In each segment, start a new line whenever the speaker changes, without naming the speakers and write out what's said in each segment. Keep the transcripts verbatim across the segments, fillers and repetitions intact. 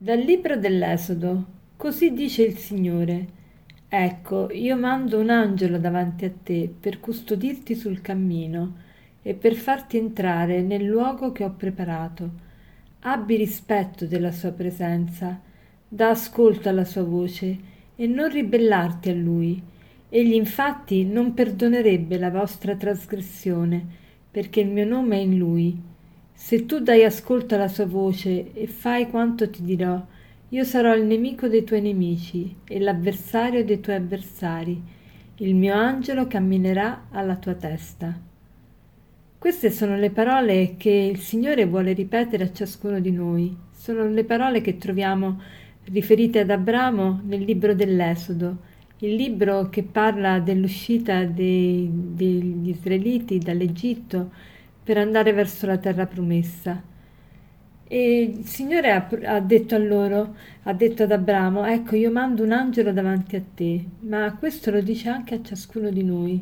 Dal libro dell'Esodo. Così dice il Signore: Ecco, io mando un angelo davanti a te per custodirti sul cammino e per farti entrare nel luogo che ho preparato. Abbi rispetto della sua presenza, da ascolto alla sua voce e non ribellarti a lui. Egli infatti non perdonerebbe la vostra trasgressione, perché il mio nome è in lui. Se tu dai ascolto alla sua voce e fai quanto ti dirò, io sarò il nemico dei tuoi nemici e l'avversario dei tuoi avversari. Il mio angelo camminerà alla tua testa. Queste sono le parole che il Signore vuole ripetere a ciascuno di noi. Sono le parole che troviamo riferite ad Abramo nel libro dell'Esodo, il libro che parla dell'uscita dei- degli israeliti dall'Egitto per andare verso la terra promessa. E il Signore ha, ha detto a loro, ha detto ad Abramo: ecco, io mando un angelo davanti a te, ma questo lo dice anche a ciascuno di noi.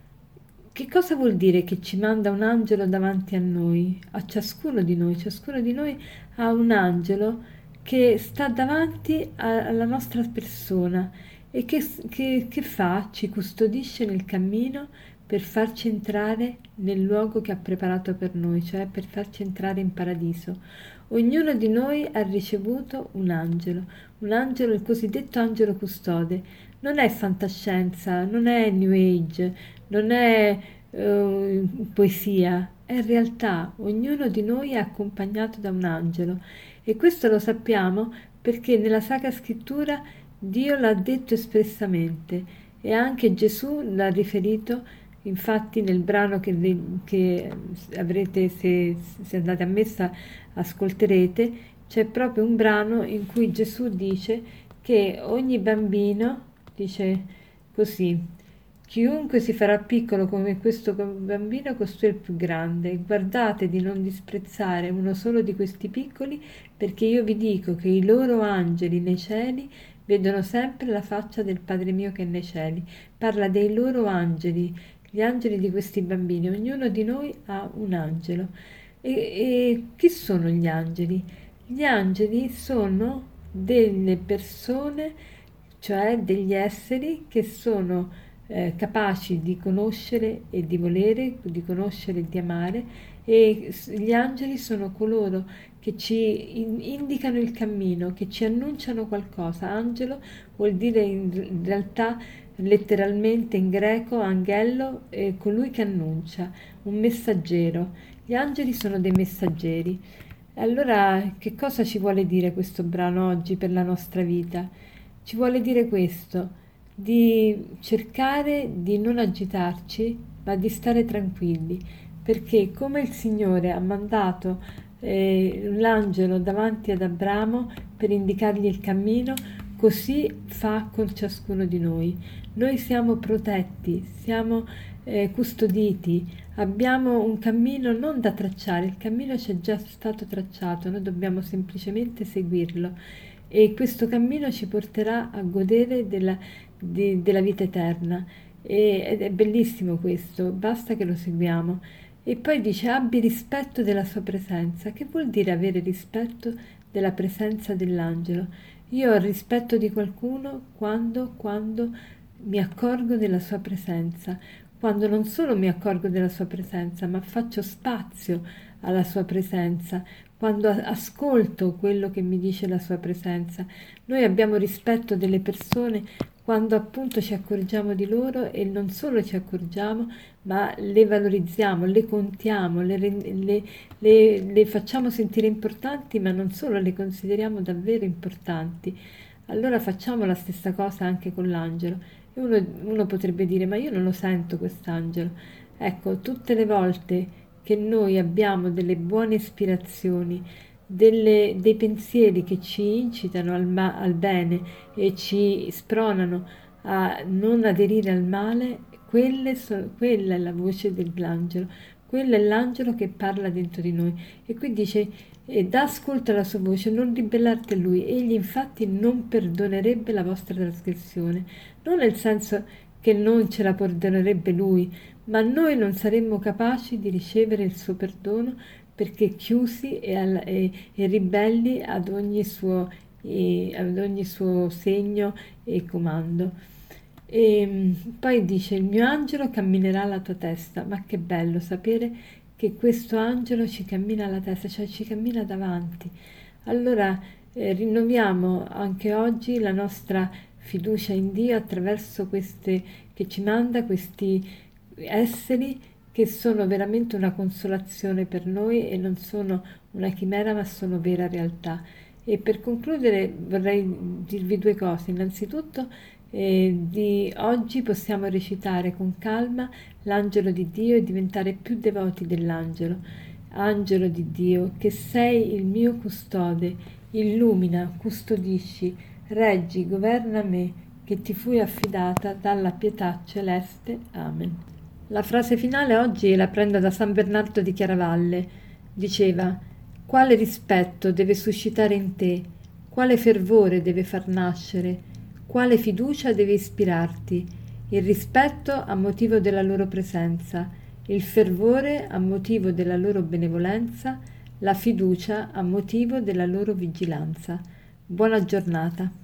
Che cosa vuol dire che ci manda un angelo davanti a noi, a ciascuno di noi? Ciascuno di noi ha un angelo che sta davanti a- alla nostra persona e che, che- che fa? Ci custodisce nel cammino per farci entrare nel luogo che ha preparato per noi, cioè per farci entrare in paradiso. Ognuno di noi ha ricevuto un angelo, un angelo, il cosiddetto angelo custode. Non è fantascienza, non è New Age, non è eh, poesia, è realtà. Ognuno di noi è accompagnato da un angelo e questo lo sappiamo perché nella Sacra Scrittura Dio l'ha detto espressamente e anche Gesù l'ha riferito. Infatti nel brano che, che avrete, se, se andate a messa, ascolterete, c'è proprio un brano in cui Gesù dice che ogni bambino, dice così: chiunque si farà piccolo come questo bambino, costui è il più grande. Guardate di non disprezzare uno solo di questi piccoli, perché io vi dico che i loro angeli nei cieli vedono sempre la faccia del Padre mio che è nei cieli. Parla dei loro angeli, gli angeli di questi bambini. Ognuno di noi ha un angelo. E, e chi sono gli angeli? Gli angeli sono delle persone, cioè degli esseri che sono eh, capaci di conoscere e di volere, di conoscere e di amare, e gli angeli sono coloro che ci in- indicano il cammino, che ci annunciano qualcosa. Angelo vuol dire in, in realtà letteralmente in greco angelo è colui che annuncia, un messaggero. Gli angeli sono dei messaggeri. Allora, che cosa ci vuole dire questo brano oggi per la nostra vita? Ci vuole dire questo, di cercare di non agitarci, ma di stare tranquilli, perché come il Signore ha mandato eh, l'angelo davanti ad Abramo per indicargli il cammino, così fa con ciascuno di noi. Noi siamo protetti, siamo eh, custoditi, abbiamo un cammino non da tracciare, il cammino ci è già stato tracciato, noi dobbiamo semplicemente seguirlo e questo cammino ci porterà a godere della, di- della vita eterna. E- ed è bellissimo questo, basta che lo seguiamo. E poi dice: abbi rispetto della sua presenza. Che vuol dire avere rispetto della presenza dell'angelo? Io ho rispetto di qualcuno quando, quando mi accorgo della sua presenza, quando non solo mi accorgo della sua presenza, ma faccio spazio alla sua presenza, quando ascolto quello che mi dice la sua presenza. Noi abbiamo rispetto delle persone quando appunto ci accorgiamo di loro e non solo ci accorgiamo, ma le valorizziamo, le contiamo, le, le, le, le facciamo sentire importanti, ma non solo, le consideriamo davvero importanti. Allora facciamo la stessa cosa anche con l'angelo. E uno, uno potrebbe dire: ma io non lo sento quest'angelo. Ecco, tutte le volte che noi abbiamo delle buone ispirazioni, delle, dei pensieri che ci incitano al, ma- al bene e ci spronano a non aderire al male, quelle so- quella è la voce dell'angelo, quello è l'angelo che parla dentro di noi. E qui dice: e dà ascolto alla sua voce, non ribellarti a lui, egli infatti non perdonerebbe la vostra trasgressione, non nel senso che non ce la perdonerebbe lui, ma noi non saremmo capaci di ricevere il suo perdono perché chiusi e, al- e- e ribelli ad ogni suo e ad ogni suo segno e comando. E poi dice: il mio angelo camminerà alla tua testa. Ma che bello sapere che questo angelo ci cammina alla testa, cioè ci cammina davanti. Allora eh, rinnoviamo anche oggi la nostra fiducia in Dio attraverso queste che ci manda, questi esseri che sono veramente una consolazione per noi e non sono una chimera ma sono vera realtà. E per concludere vorrei dirvi due cose. Innanzitutto eh, di oggi possiamo recitare con calma l'angelo di Dio e diventare più devoti dell'angelo. Angelo di Dio, che sei il mio custode, illumina, custodisci, reggi, governa me, che ti fui affidata dalla pietà celeste. Amen. La frase finale oggi la prendo da San Bernardo di Chiaravalle. Diceva: quale rispetto deve suscitare in te, quale fervore deve far nascere, quale fiducia deve ispirarti. Il rispetto a motivo della loro presenza, il fervore a motivo della loro benevolenza, la fiducia a motivo della loro vigilanza. Buona giornata.